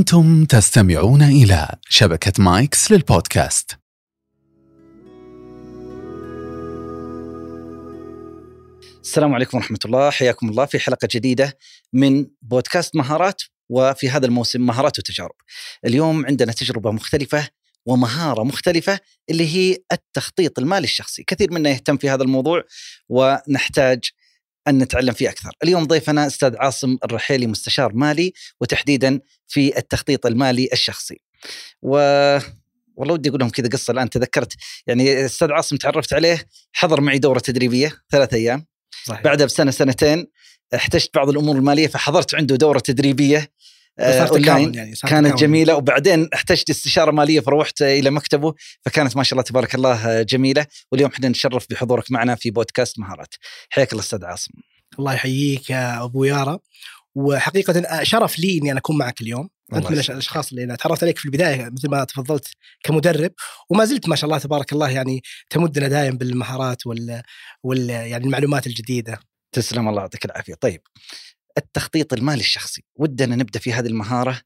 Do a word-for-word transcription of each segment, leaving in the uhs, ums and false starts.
أنتم تستمعون إلى شبكة مايكس للبودكاست. السلام عليكم ورحمة الله، حياكم الله في حلقة جديدة من بودكاست مهارات، وفي هذا الموسم مهارات وتجارب. اليوم عندنا تجربة مختلفة ومهارة مختلفة اللي هي التخطيط المالي الشخصي. كثير منا يهتم في هذا الموضوع ونحتاج أن نتعلم فيه أكثر. اليوم ضيفنا أستاذ عاصم الرحيلي، مستشار مالي وتحديدا في التخطيط المالي الشخصي. و والله ودي أقول لهم كذا قصة الآن تذكرت، يعني أستاذ عاصم تعرفت عليه حضر معي دورة تدريبية ثلاث أيام. صحيح. بعدها بسنة سنتين احتجت بعض الأمور المالية فحضرت عنده دورة تدريبية أونلاين، يعني كانت جميلة. وبعدين احتجت استشارة مالية فروحت إلى مكتبه، فكانت ما شاء الله تبارك الله جميلة. واليوم احنا نشرف بحضورك معنا في بودكاست مهارات. حياك الله أستاذ عاصم. الله يحييك يا أبو يارا، وحقيقة شرف لي أني أنا أكون معك اليوم. أنت من الأشخاص اللي أنا تعرفت عليك في البداية مثل ما تفضلت كمدرب، وما زلت ما شاء الله تبارك الله يعني تمدنا دائم بالمهارات وال, وال يعني المعلومات الجديدة. تسلم، الله يعطيك العافية. طيب، التخطيط المالي الشخصي، ودنا نبدأ في هذه المهارة.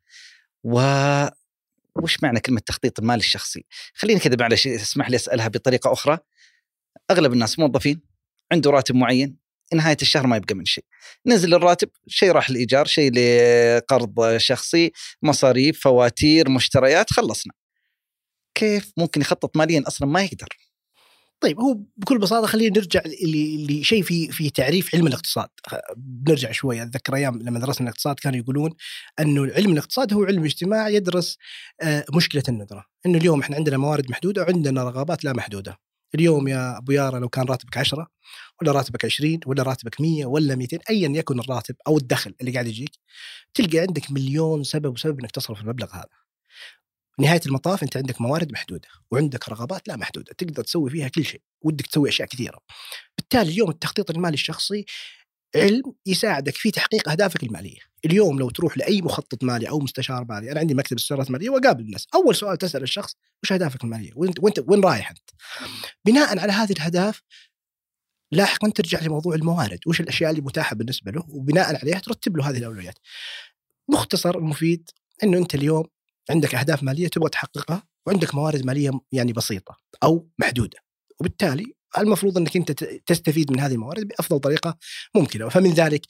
وش معنى كلمة تخطيط المالي الشخصي؟ خليني كذا معلش اسمح لي أسألها بطريقة أخرى. أغلب الناس موظفين عنده راتب معين، نهاية الشهر ما يبقى من شيء، نزل الراتب شيء راح الإيجار، شيء لقرض شخصي، مصاريف، فواتير، مشتريات، خلصنا. كيف ممكن يخطط ماليا؟ أصلا ما يقدر. طيب، هو بكل بساطة خلينا نرجع لشيء في في تعريف علم الاقتصاد. بنرجع شوية، أتذكر أيام لما درسنا الاقتصاد كانوا يقولون أنه علم الاقتصاد هو علم اجتماع يدرس مشكلة الندرة. أنه اليوم إحنا عندنا موارد محدودة وعندنا رغبات لا محدودة. اليوم يا أبو يارا لو كان راتبك عشرة ولا راتبك عشرين ولا راتبك مية ولا ميتين، أيا يكن الراتب أو الدخل اللي قاعد يجيك، تلقى عندك مليون سبب وسبب أنك تصرف المبلغ هذا. نهاية المطاف أنت عندك موارد محدودة وعندك رغبات لا محدودة، تقدر تسوي فيها كل شيء، ودك تسوي أشياء كثيرة. بالتالي اليوم التخطيط المالي الشخصي علم يساعدك في تحقيق أهدافك المالية. اليوم لو تروح لأي مخطط مالي أو مستشار مالي، أنا عندي مكتب استشارات مالية وقابل الناس، أول سؤال تسأل الشخص وش أهدافك المالية، وانت, وانت وين رايح أنت؟ بناء على هذه الأهداف لاحقا ترجع لموضوع الموارد، وش الأشياء اللي متاحة بالنسبة له، وبناء عليها ترتب له هذه الأولويات. مختصر المفيد أنه أنت اليوم عندك أهداف مالية تبغى تحققها وعندك موارد مالية يعني بسيطة أو محدودة، وبالتالي المفروض أنك أنت تستفيد من هذه الموارد بأفضل طريقة ممكنة. فمن ذلك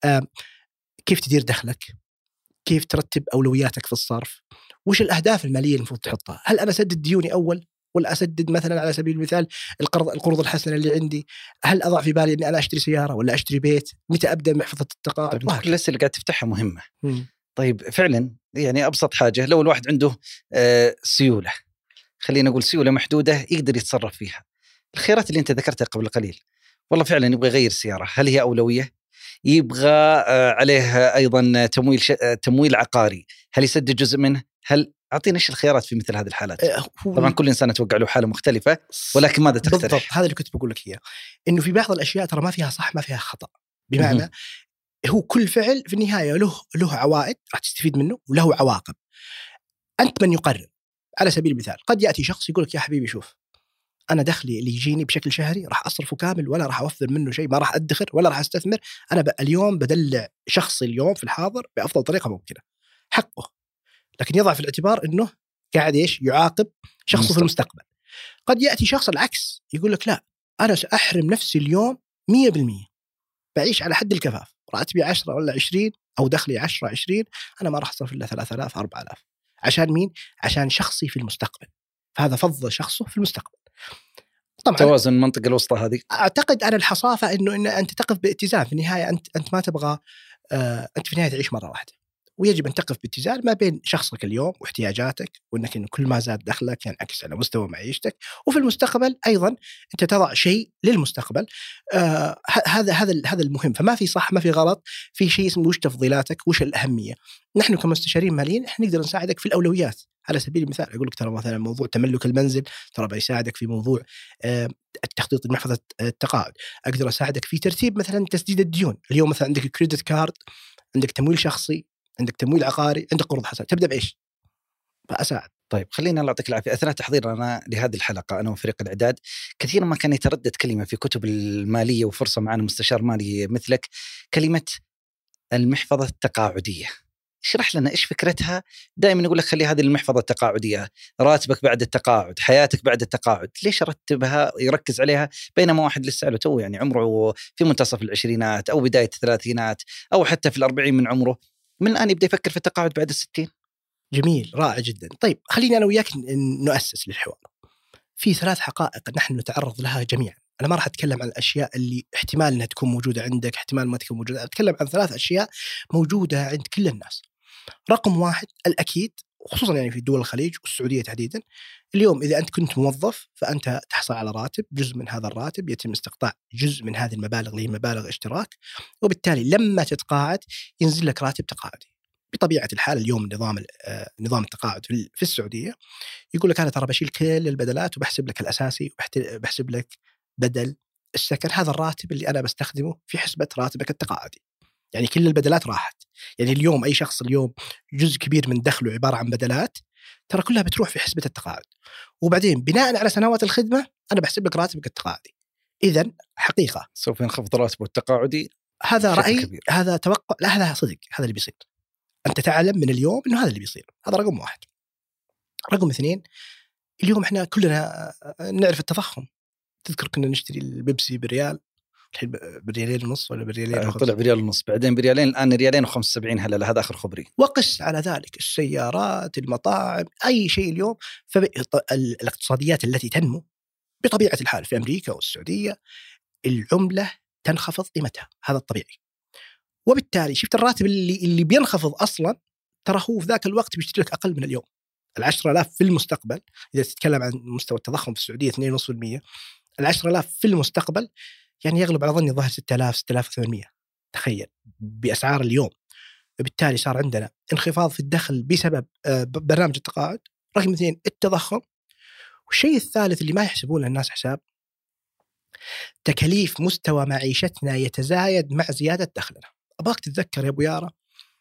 كيف تدير دخلك، كيف ترتب أولوياتك في الصرف، وش الأهداف المالية المفروض تحطها. هل أنا أسدد ديوني أول ولا أسدد مثلا على سبيل المثال القرض القروض الحسنة اللي عندي؟ هل أضع في بالي أني أنا أشتري سيارة ولا أشتري بيت؟ متى أبدأ محفظة التقاعد؟ طيب، كل اللي قاعد تفتحها مهمة. م. طيب فعلا، يعني أبسط حاجة لو الواحد عنده آه سيولة، خلينا نقول سيولة محدودة يقدر يتصرف فيها. الخيارات اللي أنت ذكرتها قبل قليل، والله فعلا يبغى يغير سيارة، هل هي أولوية؟ يبغى آه عليه أيضا تمويل ش... تمويل عقاري، هل يسدد جزء منه؟ هل أعطينا إيش الخيارات في مثل هذه الحالات؟ طبعا كل إنسان يتوقع له حالة مختلفة، ولكن ماذا تقترح؟ بالضبط، هذا اللي كنت بقول لك إياه، إنه في بعض الأشياء ترى ما فيها صح ما فيها خطأ. بمعنى هو كل فعل في النهاية له له عوائد راح تستفيد منه وله عواقب. أنت من يقرر. على سبيل المثال قد يأتي شخص يقول لك يا حبيبي شوف، أنا دخلي اللي يجيني بشكل شهري راح أصرفه كامل ولا راح أوفر منه شيء، ما راح أدخر ولا راح أستثمر. أنا اليوم بدلع شخصي اليوم في الحاضر بأفضل طريقة ممكنة، حقه، لكن يضع في الاعتبار أنه قاعد إيش يعاقب شخصه المستقبل. في المستقبل. قد يأتي شخص العكس يقول لك لا، أنا سأحرم نفسي اليوم مية بالمية، بعيش على حد الكفاف، راتبي عشرة ولا عشرين أو دخلي عشرة عشرين، أنا ما راح أصرف إلا ثلاثة آلاف أربعة آلاف. عشان مين؟ عشان شخصي في المستقبل. فهذا فضل شخصه في المستقبل. طبعا توازن المنطقة الوسطى هذه. أعتقد أنا الحصافة إنه إن أنت تقف باتزان في النهاية. أنت أنت ما تبغى آه أنت في النهاية تعيش مرة واحدة، ويجب أن تقف باتزان ما بين شخصك اليوم واحتياجاتك، وأنك إنه كل ما زاد دخلك ينعكس يعني على مستوى معيشتك، وفي المستقبل أيضا أنت تضع شيء للمستقبل. آه هذا هذا هذا المهم. فما في صح ما في غلط، في شيء اسمه وش تفضيلاتك وش الأهمية. نحن كمستشارين ماليين إحنا نقدر نساعدك في الأولويات. على سبيل المثال أقول لك ترى مثلا موضوع تملك المنزل ترى بيساعدك في موضوع آه التخطيط لمحفظة التقاعد. أقدر أساعدك في ترتيب مثلا تسديد الديون. اليوم مثلا عندك كريدت كارد، عندك تمويل شخصي، عندك تمويل عقاري، عندك قروض حسنة، تبدأ بإيش؟ فأساعد. طيب خلينا الله يعطيك العافية. أثناء تحضيرنا لهذه الحلقة أنا وفريق الإعداد كثيرا ما كان يتردد كلمة في كتب المالية، وفرصة معنا مستشار مالي مثلك، كلمة المحفظة التقاعدية. اشرح لنا إيش فكرتها. دائما يقول لك خلي هذه المحفظة التقاعدية، راتبك بعد التقاعد، حياتك بعد التقاعد، ليش رتبها يركز عليها بينما واحد لسه له تو يعني عمره في منتصف العشرينات أو بداية الثلاثينات أو حتى في الأربعين من عمره من الآن يبدأ يفكر في التقاعد بعد الستين؟ جميل، رائع جدا. طيب خليني أنا وياك نؤسس للحوار. في ثلاث حقائق نحن نتعرض لها جميعا. أنا ما راح أتكلم عن الأشياء اللي احتمال أنها تكون موجودة عندك، احتمال ما تكون موجودة. أتكلم عن ثلاث أشياء موجودة عند كل الناس. رقم واحد الأكيد، خصوصا يعني في دول الخليج والسعودية تحديدا، اليوم إذا أنت كنت موظف فأنت تحصل على راتب، جزء من هذا الراتب يتم استقطاع جزء من هذه المبالغ اللي هي مبالغ اشتراك، وبالتالي لما تتقاعد ينزل لك راتب تقاعدي. بطبيعة الحال اليوم نظام نظام التقاعد في السعودية يقول لك أنا ترى بشيل كل البدلات وبحسب لك الأساسي وبحسب لك بدل السكن، هذا الراتب اللي أنا بستخدمه في حسبة راتبك التقاعدي. يعني كل البدلات راحت. يعني اليوم أي شخص اليوم جزء كبير من دخله عبارة عن بدلات، ترى كلها بتروح في حسبة التقاعد، وبعدين بناء على سنوات الخدمة أنا بحسب لك راتبك التقاعدي. إذن حقيقة سوف ينخفض راتبه التقاعدي. هذا رأي كبير. هذا توقع، لا هذا صدق، هذا اللي بيصير. أنت تعلم من اليوم إنه هذا اللي بيصير. هذا رقم واحد. رقم اثنين، اليوم إحنا كلنا نعرف التضخم. تذكر كنا نشتري البيبسي بريال، الحين بريالين ونص ولا بريالين؟ طلع بريال ونص، بعدين بريالين، الآن ريالين وخمس وسبعين هلا، هذا آخر خبري. وقس على ذلك السيارات، المطاعم، أي شيء اليوم. فالاقتصاديات التي تنمو بطبيعة الحال في أمريكا والسعودية العملة تنخفض قيمتها، هذا الطبيعي. وبالتالي شفت الراتب اللي اللي بينخفض أصلا ترى هو في ذاك الوقت بيشتري لك أقل من اليوم. العشرة آلاف في المستقبل، إذا تتكلم عن مستوى التضخم في السعودية اثنين فاصلة خمسة بالمئة، العشرة آلاف في المستقبل يعني يغلب على ظني ظهر ستة آلاف ستة آلاف وثمانمئة، تخيل بأسعار اليوم. وبالتالي صار عندنا انخفاض في الدخل بسبب برنامج التقاعد. رقم اثنين التضخم. والشيء الثالث اللي ما يحسبونه الناس حساب، تكاليف مستوى معيشتنا يتزايد مع زيادة دخلنا. أبغاك تتذكر يا أبو يارا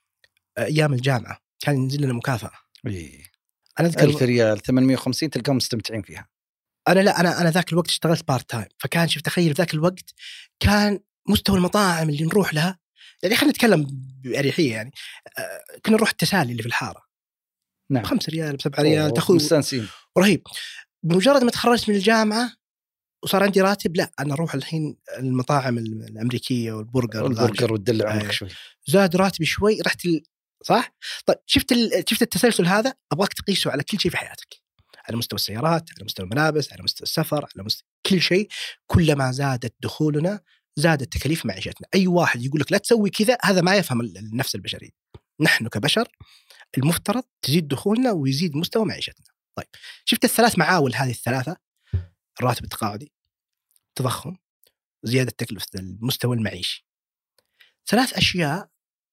أيام الجامعة كان ينزل لنا مكافأة. إيه. أنا أذكر ألف ريال ثمانمئة وخمسين تلقاهم مستمتعين فيها. أنا لا أنا أنا ذاك الوقت اشتغلت بارت تايم، فكان شوف تخيل ذاك الوقت كان مستوى المطاعم اللي نروح لها، يعني خلينا نتكلم بأريحية، يعني آه كنا نروح التسالي اللي في الحارة. نعم. بخمسة ريال بسبعة ريال تأخذ مستانسين. رهيب. بمجرد ما تخرجت من الجامعة وصار عندي راتب، لا أنا أروح الحين المطاعم الأمريكية والبرجر والبرجر والدلع عمرك شوي. زاد راتبي شوي، رحت ال... صح؟ طيب شفت ال... شفت التسلسل هذا، أبغاك تقيسه على كل شيء في حياتك، على مستوى السيارات، على مستوى الملابس، على مستوى السفر، على مستوى كل شيء. كلما زادت دخولنا زادت تكاليف معيشتنا. أي واحد يقول لك لا تسوي كذا هذا ما يفهم النفس البشرية. نحن كبشر المفترض تزيد دخولنا ويزيد مستوى معيشتنا. طيب شفت الثلاث معاول هذه الثلاثة، الراتب التقاعدي، تضخم، زيادة تكلفة المستوى المعيشي، ثلاث أشياء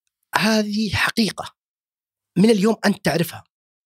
هذه حقيقة من اليوم أنت تعرفها،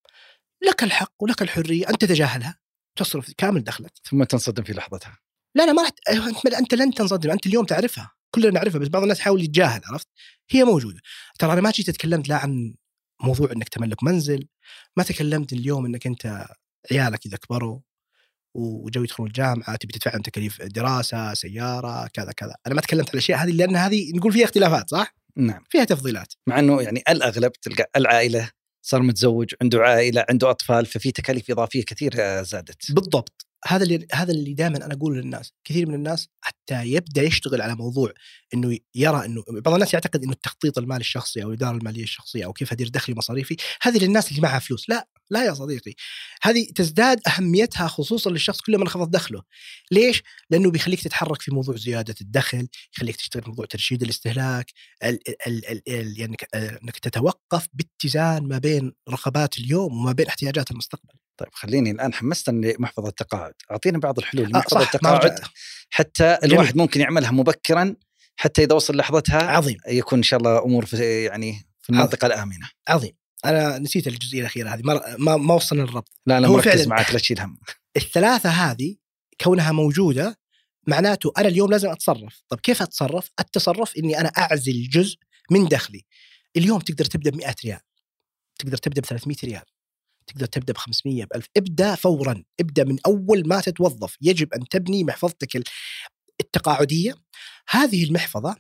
لك الحق ولك الحرية أن تتجاهلها، تصرف كامل دخلك ثم تنصدم في لحظتها. لا لا ما رحت أنت لن تنصدم، أنت اليوم تعرفها، كلنا نعرفها، بس بعض الناس يحاول يتجاهل. عرفت؟ هي موجودة. ترى أنا ما جيت تكلمت لا عن موضوع أنك تملك منزل، ما تكلمت اليوم أنك أنت عيالك إذا كبروا وجو يدخلون الجامعة تبي تدفعهم تكاليف دراسة، سيارة، كذا كذا. أنا ما تكلمت عن الأشياء هذه لأن هذه نقول فيها اختلافات، صح؟ نعم. فيها تفضيلات. مع أنه يعني الأغلب تلقى العائلة صار متزوج، عنده عائلة، عنده أطفال، ففي تكاليف إضافية كثير زادت. بالضبط. هذا اللي هذا اللي دائما أنا أقول للناس. كثير من الناس حتى يبدأ يشتغل على موضوع إنه يرى إنه بعض الناس يعتقد إنه التخطيط المالي الشخصي أو الإدارة المالية الشخصية أو كيف أدير دخلي مصاريفي هذه للناس اللي معها فلوس. لا لا يا صديقي، هذه تزداد أهميتها خصوصا للشخص كل ما انخفض دخله. ليش؟ لأنه بيخليك تتحرك في موضوع زيادة الدخل، يخليك تشتغل في موضوع ترشيد الاستهلاك، ال ال ال ال يعني أنك تتوقف باتزان ما بين رغبات اليوم وما بين احتياجات المستقبل. طيب خليني الآن حمستني لمحفظة التقاعد، أعطينا بعض الحلول لمحفظة آه التقاعد حتى جميل. الواحد ممكن يعملها مبكرا حتى إذا وصل لحظتها عظيم يكون إن شاء الله أمور في يعني في المنطقة عظيم. الآمنة. عظيم. أنا نسيت الجزئية الأخيرة هذه، ما ما, ما وصلنا للربط. لا لا مركز معك لا تشيل هم. الثلاثة هذه كونها موجودة معناته أنا اليوم لازم أتصرف. طب كيف أتصرف؟ التصرف إني أنا أعزل جزء من دخلي. اليوم تقدر تبدأ بمئة ريال، تقدر تبدأ بثلاثمئة ريال، تقدر تبدأ بخمسمية، بألف. ابدأ فورا، ابدأ من أول ما تتوظف. يجب أن تبني محفظتك التقاعدية. هذه المحفظة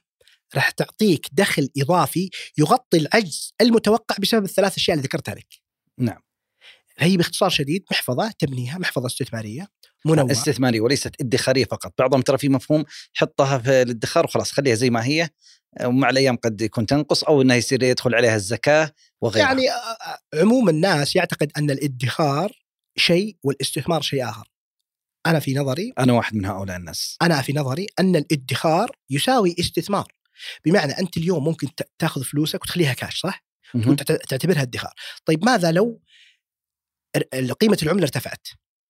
راح تعطيك دخل إضافي يغطي العجز المتوقع بسبب الثلاث أشياء اللي ذكرتها لك. نعم. هي باختصار شديد محفظة تبنيها، محفظة استثمارية منوعة استثمارية وليست ادخارية فقط. بعضهم ترى في مفهوم حطها في الادخار وخلاص خليها زي ما هي، ومع الأيام قد يكون تنقص أو أنها يصير يدخل عليها الزكاة وغيرها. يعني عموم الناس يعتقد أن الادخار شيء والاستثمار شيء آخر. أنا في نظري أنا واحد من هؤلاء الناس أنا في نظري أن الادخار يساوي استثمار. بمعنى أنت اليوم ممكن تأخذ فلوسك وتخليها كاش، صح؟ وتعتبرها ادخار. طيب ماذا لو قيمة العملة ارتفعت؟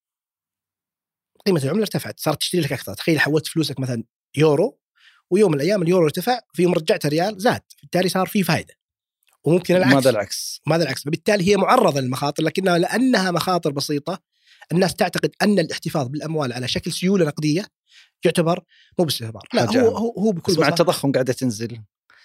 قيمة العملة ارتفعت، صارت تشتري لك أكثر. تخيل حولت فلوسك مثلا يورو، ويوم من الأيام اليورو ارتفع، في يوم رجعت ريال زاد، بالتالي صار في فائدة. وممكن العكس. ماذا العكس؟ ماذا العكس؟ فبالتالي هي معرضة للمخاطر، لكنها لأنها مخاطر بصيطة الناس تعتقد أن الاحتفاظ بالأموال على شكل سيولة نقدية يعتبر مو باستثمار. لا، هو هو هو بكل بساطة. مع التضخم قاعدة تنزل.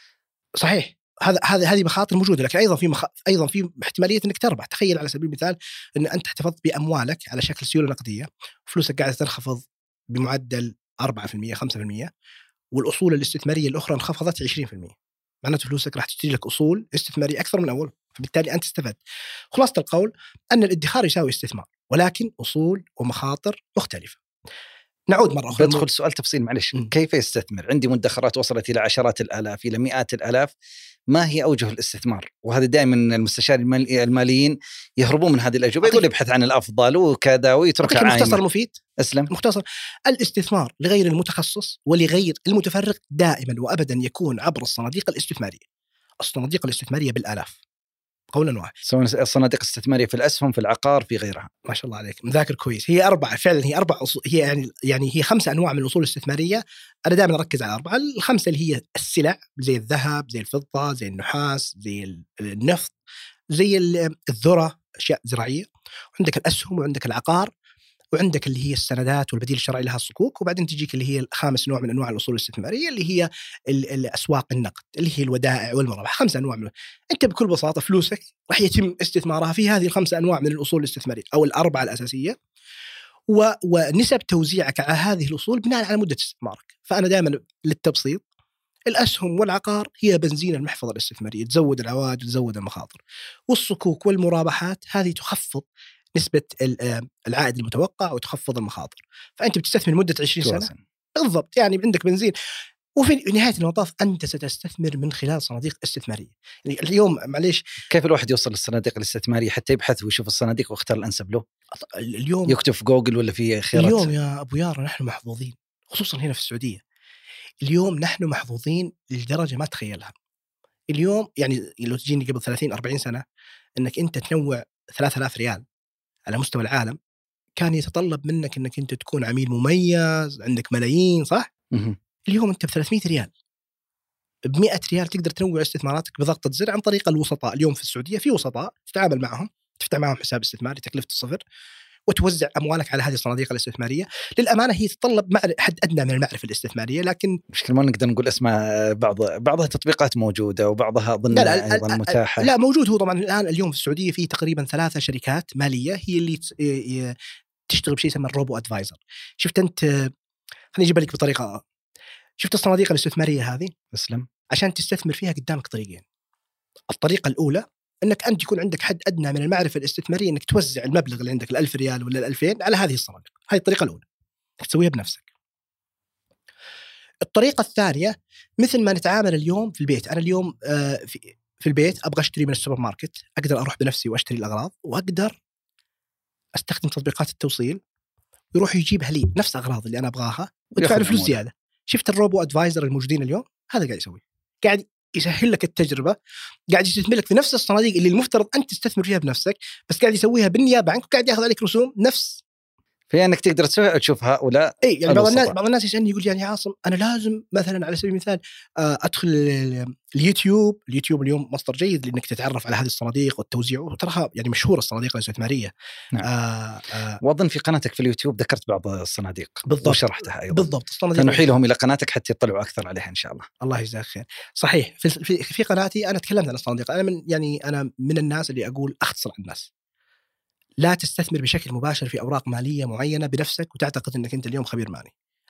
صحيح، هذا هذا هذه مخاطر موجودة، لكن أيضا في مخ... أيضا في احتمالية أنك تربح. تخيل على سبيل المثال أن أنت احتفظت بأموالك على شكل سيولة نقدية، فلوسك قاعدة تنخفض بمعدل أربعة بالمئة خمسة بالمئة، والأصول الاستثمارية الأخرى انخفضت عشرين بالمئة، معناته فلوسك راح تشتري لك أصول استثمارية أكثر من أول، فبالتالي أنت استفدت. خلاصة القول أن الادخار يساوي استثمار، ولكن أصول ومخاطر مختلفة. نعود مرة أخرى. بدخل سؤال تفصيل معلش. م. كيف يستثمر؟ عندي مدخرات وصلت إلى عشرات الآلاف إلى مئات الآلاف، ما هي أوجه الاستثمار؟ وهذا دائما المستشار الماليين يهربون من هذه الأجوبة، يقول يبحث عن الأفضل وكذا ويتركها عايمة. مختصر مفيد. أسلم. مختصر. الاستثمار لغير المتخصص ولغير المتفرغ دائما وأبدا يكون عبر الصناديق الاستثمارية. الصناديق الاستثمارية بالآلاف قولا واحد، سواء الصناديق الاستثمارية في الأسهم في العقار في غيرها. ما شاء الله عليك، مذاكر كويس. هي أربعة فعلا، هي أربع أصول، هي يعني يعني هي خمسة أنواع من الأصول الاستثمارية. أنا دائما أركز على أربعة. الخمسة اللي هي السلع زي الذهب، زي الفضة، زي النحاس، زي النفط، زي الذرة، أشياء زراعية. عندك الأسهم، وعندك العقار، وعندك اللي هي السندات والبديل الشرعي لها الصكوك، وبعدين تجيك اللي هي الخامس نوع من أنواع الأصول الاستثمارية اللي هي الأسواق النقد اللي هي الودائع والمرابح. خمسة أنواع من. أنت بكل بساطة فلوسك راح يتم استثمارها في هذه الخمسة أنواع من الأصول الاستثمارية أو الأربعة الأساسية، و... ونسب توزيعك على هذه الأصول بناء على مدة استثمارك. فأنا دائما للتبسيط، الأسهم والعقار هي بنزين المحفظة الاستثمارية، تزود العوائد وتزود المخاطر. والصكوك والمرابحات هذه تخفض نسبة العائد المتوقع وتخفض المخاطر. فأنت بتستثمر مدة عشرين سنة بالضبط، يعني عندك بنزين. وفي نهاية المطاف أنت ستستثمر من خلال صناديق استثمارية. يعني اليوم معليش، كيف الواحد يوصل للصناديق الاستثمارية حتى يبحث ويشوف الصناديق ويختار الأنسب له؟ اليوم يكتب في جوجل ولا في خيارات؟ اليوم يا أبو يارا نحن محظوظين، خصوصا هنا في السعودية. اليوم نحن محظوظين لدرجة ما تخيلها. اليوم يعني لو تجيني قبل ثلاثين أربعين سنة أنك أنت تنوع ثلاثة آلاف ريال على مستوى العالم كان يتطلب منك أنك أنت تكون عميل مميز عندك ملايين، صح؟ م- اليوم أنت بثلاثمائة ريال بمئة ريال تقدر تنوع استثماراتك بضغطة زر عن طريق الوسطاء. اليوم في السعودية في وسطاء تتعامل معهم، تفتح معهم حساب استثماري تكلفة الصفر، وتوزع أموالك على هذه الصناديق الاستثمارية. للأمانة هي تتطلب حد أدنى من المعرفة الاستثمارية، لكن مشكلة ما نقدر نقول اسماء. بعض بعضها تطبيقات موجودة وبعضها ضمن أيضا متاحة. لا موجود. هو طبعا الآن اليوم في السعودية في تقريبا ثلاثة شركات مالية هي اللي تشتغل بشيء يسمى الروبو أدفايزر. شفت أنت، خليني أجيب لك بطريقة. شفت الصناديق الاستثمارية هذه؟ أسلم. عشان تستثمر فيها قدامك طريقين. الطريقة الأولى أنك أنت يكون عندك حد أدنى من المعرفة الاستثمارية، أنك توزع المبلغ اللي عندك الألف ريال ولا الألفين على هذه الصناديق. هذه الطريقة الأولى، أنك تسويها بنفسك. الطريقة الثانية مثل ما نتعامل اليوم في البيت. أنا اليوم في في البيت أبغى أشتري من السوبر ماركت، أقدر أروح بنفسي وأشتري الأغراض، وأقدر أستخدم تطبيقات التوصيل يروح يجيبها لي نفس الأغراض اللي أنا أبغاها ويدفع له فلوس زيادة. شفت الروبو أدفايزر الموجودين اليوم؟ هذا قاعد يسوي، قاعد يسهل لك التجربة، قاعد يستثمر لك في نفس الصناديق اللي المفترض أنت تستثمر فيها بنفسك، بس قاعد يسويها بالنيابة عنك وقاعد يأخذ عليك رسوم نفس. في أنك تقدر تسوي تشوف هؤلاء. إيه يعني بعض الناس بعض الناس يسألني يقول يعني عاصم أنا لازم مثلا على سبيل المثال أدخل اليوتيوب. اليوتيوب اليوم مصدر جيد لأنك تتعرف على هذه الصناديق والتوزيع، وتراها يعني مشهورة الصناديق الاستثمارية. نعم. آه آه وأظن في قناتك في اليوتيوب ذكرت بعض الصناديق بالضبط وشرحتها أيضا. بالضبط. فنحيلهم إلى قناتك حتى يطلعوا أكثر عليها إن شاء الله. الله يجزاك خير. صحيح. في, في, في قناتي أنا تكلمت عن الصناديق. أنا من يعني أنا من الناس اللي أقول أختصر على الناس، لا تستثمر بشكل مباشر في أوراق مالية معينة بنفسك وتعتقد أنك أنت اليوم خبير مالي.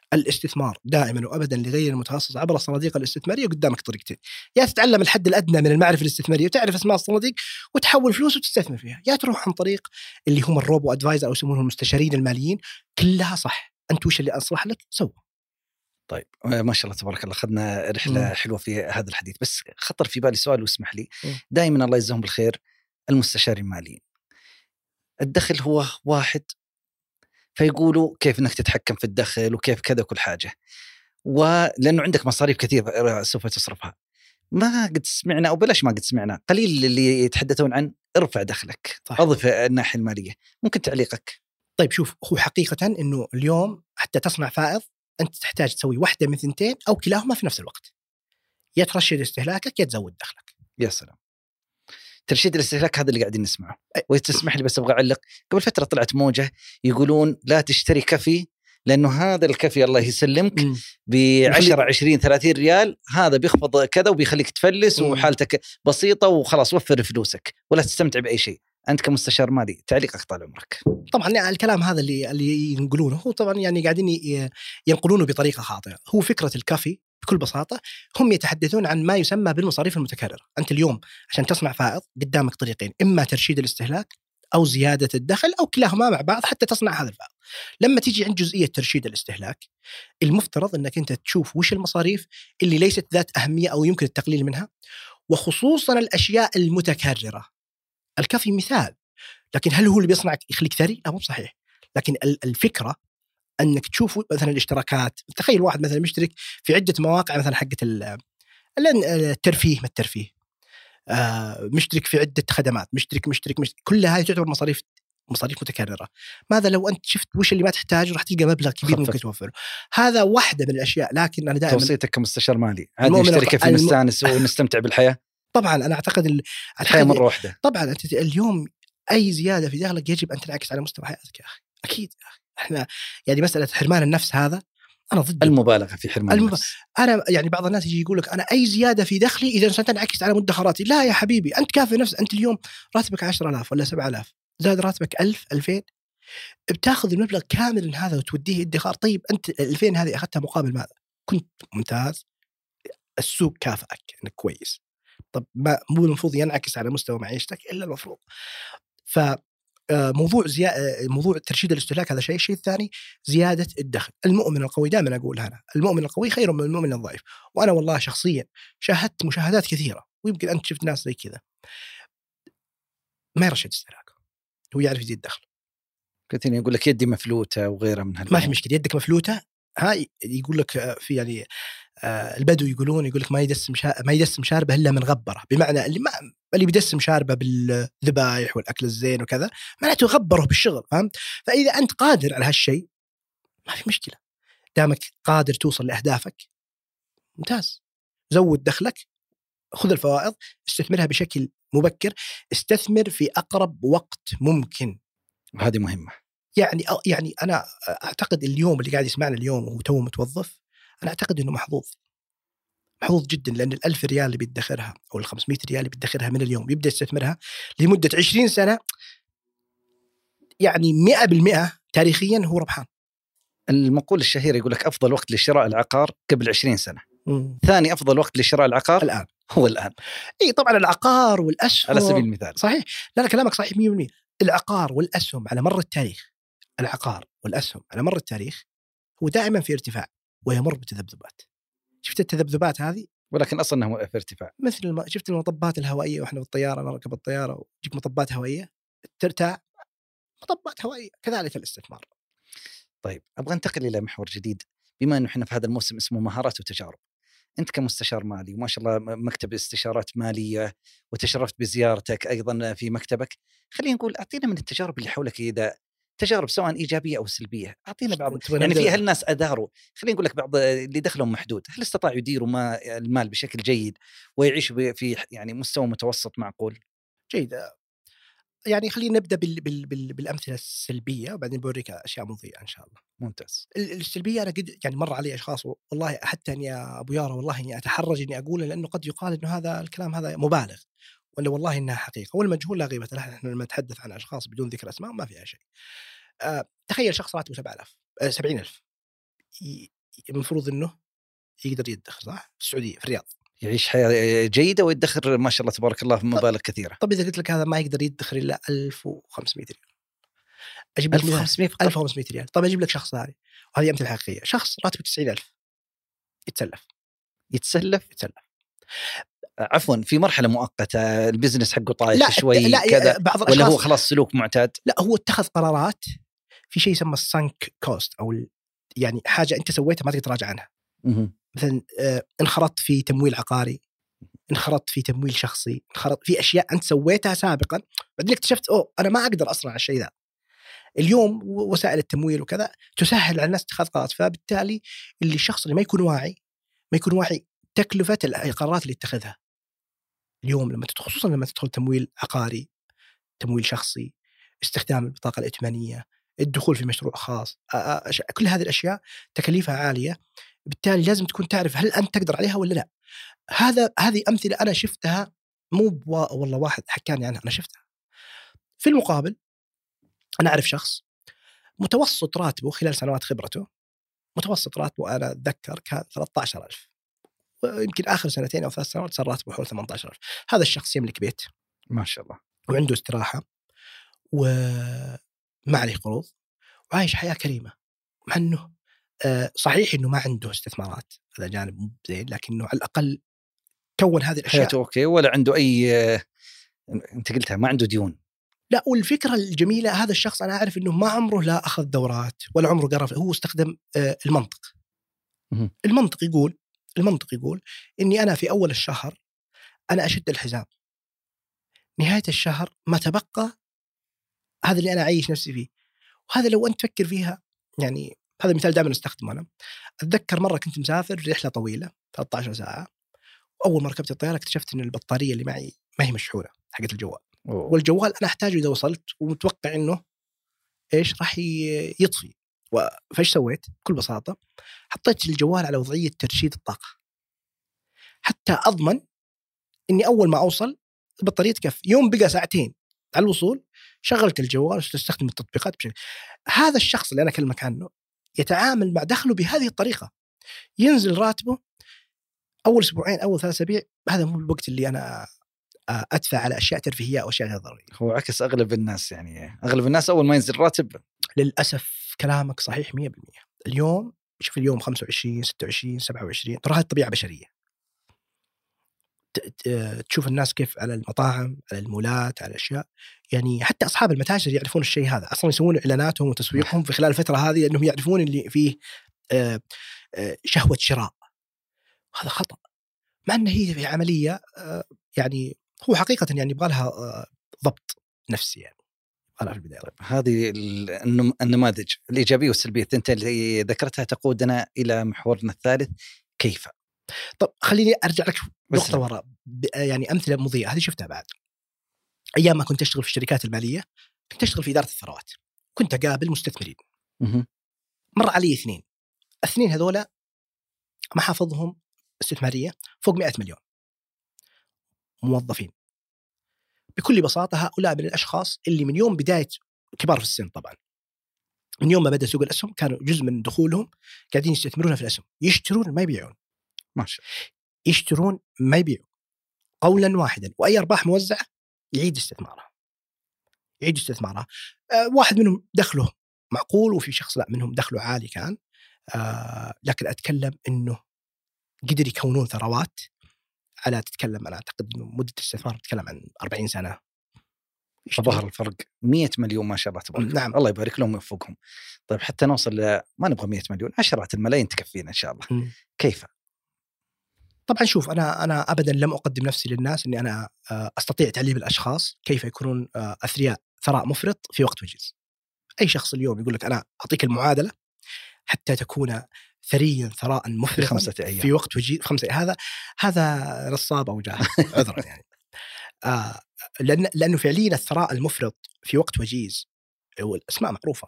الاستثمار دائما وابدا لغير المتخصص عبر الصناديق الاستثماريه قدامك طريقتين: يا تتعلم الحد الادنى من المعرفه الاستثماريه وتعرف اسماء الصناديق وتحول فلوس وتستثمر فيها، يا تروح عن طريق اللي هم الروبو ادفايزر او يسمونهم المستشارين الماليين. كلها صح، انت وش اللي اصلح لك سوي. طيب ما شاء الله تبارك الله، اخذنا رحله مم. حلوه في هذا الحديث. بس خطر في بالي سؤال واسمح لي. دائما الله يجزاهم بالخير المستشارين الماليين، الدخل هو واحد، فيقولوا كيف انك تتحكم في الدخل وكيف كذا كل حاجه، ولانه عندك مصاريف كثير سوف تصرفها. ما قد سمعنا او بلاش ما قد سمعنا، قليل اللي يتحدثون عن ارفع دخلك، صح. اضف الناحيه الماليه. ممكن تعليقك؟ طيب شوف، هو حقيقه انه اليوم حتى تصنع فائض انت تحتاج تسوي واحده من ثنتين او كلاهما في نفس الوقت: يا ترشد استهلاكك يا تزود دخلك. يا سلام، ترشيد الاستهلاك هذا اللي قاعدين نسمعه. وتسمح لي بس ابغى اعلق، قبل فتره طلعت موجه يقولون لا تشتري كافي لانه هذا الكافي الله يسلمك ب عشرة عشرين ثلاثين ريال، هذا بيخفض كذا وبيخليك تفلس مم. وحالتك بسيطه وخلاص، وفر فلوسك ولا تستمتع باي شيء. انت كمستشار مالي تعليقك طال عمرك. طبعا يعني الكلام هذا اللي اللي ينقلونه هو طبعا يعني قاعدين ينقلونه بطريقه خاطئه. هو فكره الكافي بكل بساطه هم يتحدثون عن ما يسمى بالمصاريف المتكرره. انت اليوم عشان تصنع فائض قدامك طريقين: اما ترشيد الاستهلاك او زياده الدخل او كلاهما مع بعض حتى تصنع هذا الفائض. لما تيجي عند جزئيه ترشيد الاستهلاك، المفترض انك انت تشوف وش المصاريف اللي ليست ذات اهميه او يمكن التقليل منها، وخصوصا الاشياء المتكرره. الكافي مثال، لكن هل هو اللي بيصنعك يخليك ثري؟ لا، مو صحيح. لكن الفكره انك تشوف مثلا الاشتراكات. تخيل واحد مثلا مشترك في عده مواقع مثلا حقه الترفيه، ما الترفيه آه، مشترك في عده خدمات، مشترك مشترك, مشترك. كل هذه تعتبر مصاريف مصاريف متكرره. ماذا لو انت شفت وش اللي ما تحتاجه راح تلقى مبلغ كبير ممكن توفره. هذا واحده من الاشياء. لكن انا دائما توصيتك كمستشار مالي عادي نشتري كيف الم... نستانس ونستمتع بالحياه. طبعا انا اعتقد ال... الحياه مره واحده. طبعا انت اليوم اي زياده في دخلك يجب ان تنعكس على مستوى حياتك يا اخي. اكيد يا اخي. احنا يعني مساله حرمان النفس هذا انا ضد المبالغه في حرمان المب... النفس. انا يعني بعض الناس يجي يقول لك انا اي زياده في دخلي اذا ستنعكس على مدخراتي. لا يا حبيبي، انت كافي نفس. انت اليوم راتبك عشرة آلاف ولا سبعة آلاف، زاد راتبك ألف ألفين، بتاخذ المبلغ كامل من هذا وتوديه ادخار. طيب انت ألفين هذه اخذتها مقابل ماذا؟ كنت ممتاز، السوق كافئك انك كويس. طب ما مو المفروض ينعكس على مستوى معيشتك الا المفروض. ف موضوع زيادة موضوع ترشيد الاستهلاك هذا شيء. الشيء الثاني زيادة الدخل. المؤمن القوي دائما أقول هنا، المؤمن القوي خير من المؤمن الضعيف. وأنا والله شخصيا شاهدت مشاهدات كثيرة، ويمكن أنت شفت ناس زي كذا ما يرشد استهلاك، هو يعرف يزيد دخل. كنت يقول لك يدي مفلوتة وغيرها من هالأمور. ما في مشكلة، يدك مفلوتة. هاي يقول لك في يعني آه البدو يقولون يقول لك ما يدسم ما يدسم شاربه الا من غبره، بمعنى اللي ما اللي بيدسم شاربه بالذبائح والاكل الزين وكذا معناته غبره بالشغل، فهمت؟ فاذا انت قادر على هالشيء ما في مشكله، دامك قادر توصل لاهدافك ممتاز. زود دخلك، خذ الفوائض، استثمرها بشكل مبكر، استثمر في اقرب وقت ممكن. هذه مهمه. يعني يعني انا اعتقد اليوم اللي قاعد يسمعنا اليوم وهو تو متوظف، أنا أعتقد إنه محظوظ محظوظ جدا، لأن الألف ريال اللي بيدخرها أو الخمسمائة ريال اللي بيدخرها من اليوم يبدأ يستثمرها لمدة عشرين سنة، يعني مئة بالمئة تاريخيا هو ربحان. المقول الشهير يقول لك أفضل وقت لشراء العقار قبل عشرين سنة. مم. ثاني أفضل وقت لشراء العقار الآن، هو الآن. إيه طبعا العقار والأسهم على سبيل المثال صحيح. لا لا كلامك صحيح مية بالمئة. العقار والأسهم على مر التاريخ، العقار والأسهم على مر التاريخ هو دائما في ارتفاع ويمر بتذبذبات. شفت التذبذبات هذه؟ ولكن أصلا هو في ارتفاع. مثل ما شفت المطبات الهوائية وإحنا بالطيارة نركب الطيارة وتجيك مطبات هوائية ترتاع، مطبات هوائية كذلك الاستثمار. طيب أبغى أنتقل إلى محور جديد، بما أنه إحنا في هذا الموسم اسمه مهارات وتجارب. أنت كمستشار مالي وما شاء الله مكتب استشارات مالية وتشرفت بزيارتك أيضا في مكتبك، خلينا نقول أعطينا من التجارب اللي حولك، إذا تجارب سواء إيجابية أو سلبية، أعطينا بعض. يعني في هالناس أداروا، خلينا نقول لك بعض اللي دخلهم محدود، هل استطاعوا يديروا ما المال بشكل جيد ويعيشوا في يعني مستوى متوسط معقول؟ جيد. يعني خلينا نبدأ بال بال بال بالأمثلة السلبية وبعدين بوريك أشياء مضيئة إن شاء الله. ممتاز. السلبية أنا قد يعني مر علي أشخاص والله حتى أني يا أبو يارا والله إني أتحرج إني أقوله، لأنه قد يقال إنه هذا الكلام هذا مبالغ، ولا والله إنها حقيقة، والمجهول لا غيبة له. إحنا لما نتحدث عن أشخاص بدون ذكر أسماء ما فيها شيء. أه تخيل شخص راتبه سبعة آلاف أه سبعين ألف، المفروض انه يقدر يدخر، صح؟ في السعوديه في الرياض يعيش حياه جيده ويدخر ما شاء الله تبارك الله في مبالغ كثيره. طب اذا قلت لك هذا ما يقدر يدخر الا ألف وخمسمائة ريال، اجيب لك ألف وخمسمائة فقط؟ ألف وخمسمائة ريال. طب اجيب لك شخص ثاني، وهذه امثله حقيقيه، شخص راتبه تسعين ألف يتسلف يتسلف يتسلف عفوا في مرحله مؤقته، البزنس حقه طايح لا شوي لا كذا، بعض ولا الأشخاص هو خلاص سلوك معتاد؟ لا، هو اتخذ قرارات في شيء يسمى السانك كوست، او يعني حاجه انت سويتها ما تقدر تراجع عنها. مه. مثلا انخرطت في تمويل عقاري، انخرطت في تمويل شخصي، انخرطت في اشياء انت سويتها سابقا، بعدين اكتشفت اوه انا ما اقدر اصنع على الشيء ذا. اليوم وسائل التمويل وكذا تسهل على الناس اتخاذ قرارات، فبالتالي اللي الشخص اللي ما يكون واعي ما يكون واعي تكلفه القرارات اللي يتخذها. اليوم لما تدخل، خصوصا لما تدخل تمويل عقاري، تمويل شخصي، استخدام البطاقه الائتمانيه، الدخول في مشروع خاص، كل هذه الاشياء تكاليفها عاليه، بالتالي لازم تكون تعرف هل انت تقدر عليها ولا لا. هذا هذه امثله انا شفتها، مو والله واحد حكاني عنها، انا شفتها. في المقابل انا اعرف شخص متوسط راتبه خلال سنوات خبرته، متوسط راتبه انا اتذكر كان ثلاثة عشر ألف، ويمكن اخر سنتين او ثلاث سنوات صار راتبه حول ثمانية عشر ألف. هذا الشخص يملك بيت ما شاء الله، وعنده استراحه وما عليه قروض وعايش حياه كريمه، مع انه صحيح انه ما عنده استثمارات، هذا جانب مو زين، لكنه على الاقل كون هذه الاشياء. حياته اوكي، ولا عنده اي، انت قلتها ما عنده ديون. لا، والفكره الجميله هذا الشخص انا اعرف انه ما عمره لا اخذ دورات ولا عمره قرا، هو استخدم المنطق. م- المنطق يقول المنطق يقول اني انا في اول الشهر انا اشد الحزام، نهايه الشهر ما تبقى هذا اللي انا عايش نفسي فيه. وهذا لو انت تفكر فيها، يعني هذا مثال دائما استخدمه انا. اتذكر مره كنت مسافر رحله طويله ثلاثة عشر ساعه، واول ما ركبت الطياره اكتشفت ان البطاريه اللي معي ما هي مشحونه حقت الجوال. أوه. والجوال انا احتاجه اذا وصلت، ومتوقع انه ايش راح يطفي. فايش سويت؟ بكل بساطه حطيت الجوال على وضعيه ترشيد الطاقه حتى اضمن اني اول ما اوصل البطاريه تكفي. يوم بقى ساعتين على الوصول شغلت الجوال واستخدم التطبيقات بشكل. هذا الشخص اللي انا اكلمك عنه يتعامل مع دخله بهذه الطريقه، ينزل راتبه اول اسبوعين اول ثلاث اسابيع، هذا مو الوقت اللي انا ادفع على اشياء ترفيهيه او اشياء غير ضروريه. هو عكس اغلب الناس، يعني اغلب الناس اول ما ينزل راتب. للاسف كلامك صحيح مية بالمية. اليوم شوف، اليوم خمسة وعشرين ستة وعشرين سبعة وعشرين، ترى هذه الطبيعه بشريه. تشوف الناس كيف على المطاعم، على المولات، على الاشياء، يعني حتى اصحاب المتاجر يعرفون الشيء هذا، اصلا يسوون اعلاناتهم وتسويقهم في خلال الفتره هذه لانهم يعرفون اللي فيه شهوه شراء. هذا خطا، مع ان هي في عمليه يعني هو حقيقه يعني يبغى لها ضبط نفسي، يعني أنا في البدايه. هذه النماذج الايجابيه والسلبيه الثنتين اللي ذكرتها تقودنا الى محورنا الثالث، كيف. طب خليني ارجع لك نقطه وراء، يعني امثله مضيئه هذه شفتها بعد ايام ما كنت اشتغل في الشركات الماليه. كنت اشتغل في اداره الثروات، كنت اقابل مستثمرين. مر علي اثنين، الاثنين هذولا محافظهم استثماريه فوق مئة مليون، موظفين. بكل بساطه هؤلاء من الاشخاص اللي من يوم بدايه، كبار في السن طبعا، من يوم ما بدا سوق الاسهم كانوا جزء من دخولهم قاعدين يستثمرون في الاسهم، يشترون ما يبيعون، ماشي، يشترون ما يبيعون قولا واحدا، واي ارباح موزعه يعيد استثمارها يعيد استثمارها. أه واحد منهم دخله معقول، وفي شخص لا منهم دخله عالي كان. أه لكن اتكلم انه قدر يكونون ثروات على، تتكلم انا اعتقد انه مده الاستثمار تتكلم عن أربعين سنه. ظهر الفرق مئة مليون ما شاء الله تبارك. نعم. الله يبارك لهم ويوفقهم. طيب حتى نوصل ل... ما نبغى مئة مليون، عشرات الملايين تكفينا ان شاء الله. م. كيف؟ طبعا شوف، انا انا ابدا لم اقدم نفسي للناس اني انا استطيع تعليم الاشخاص كيف يكونون اثرياء ثراء مفرط في وقت وجيز. اي شخص اليوم يقول لك انا اعطيك المعادله حتى تكون ثريا ثراء مفرطا خمسة أيام في وقت وجيز، خمسة هذا هذا نصاب او جاهل عذرا يعني. آه لان لانه فعليا الثراء المفرط في وقت وجيز والاسماء معروفه،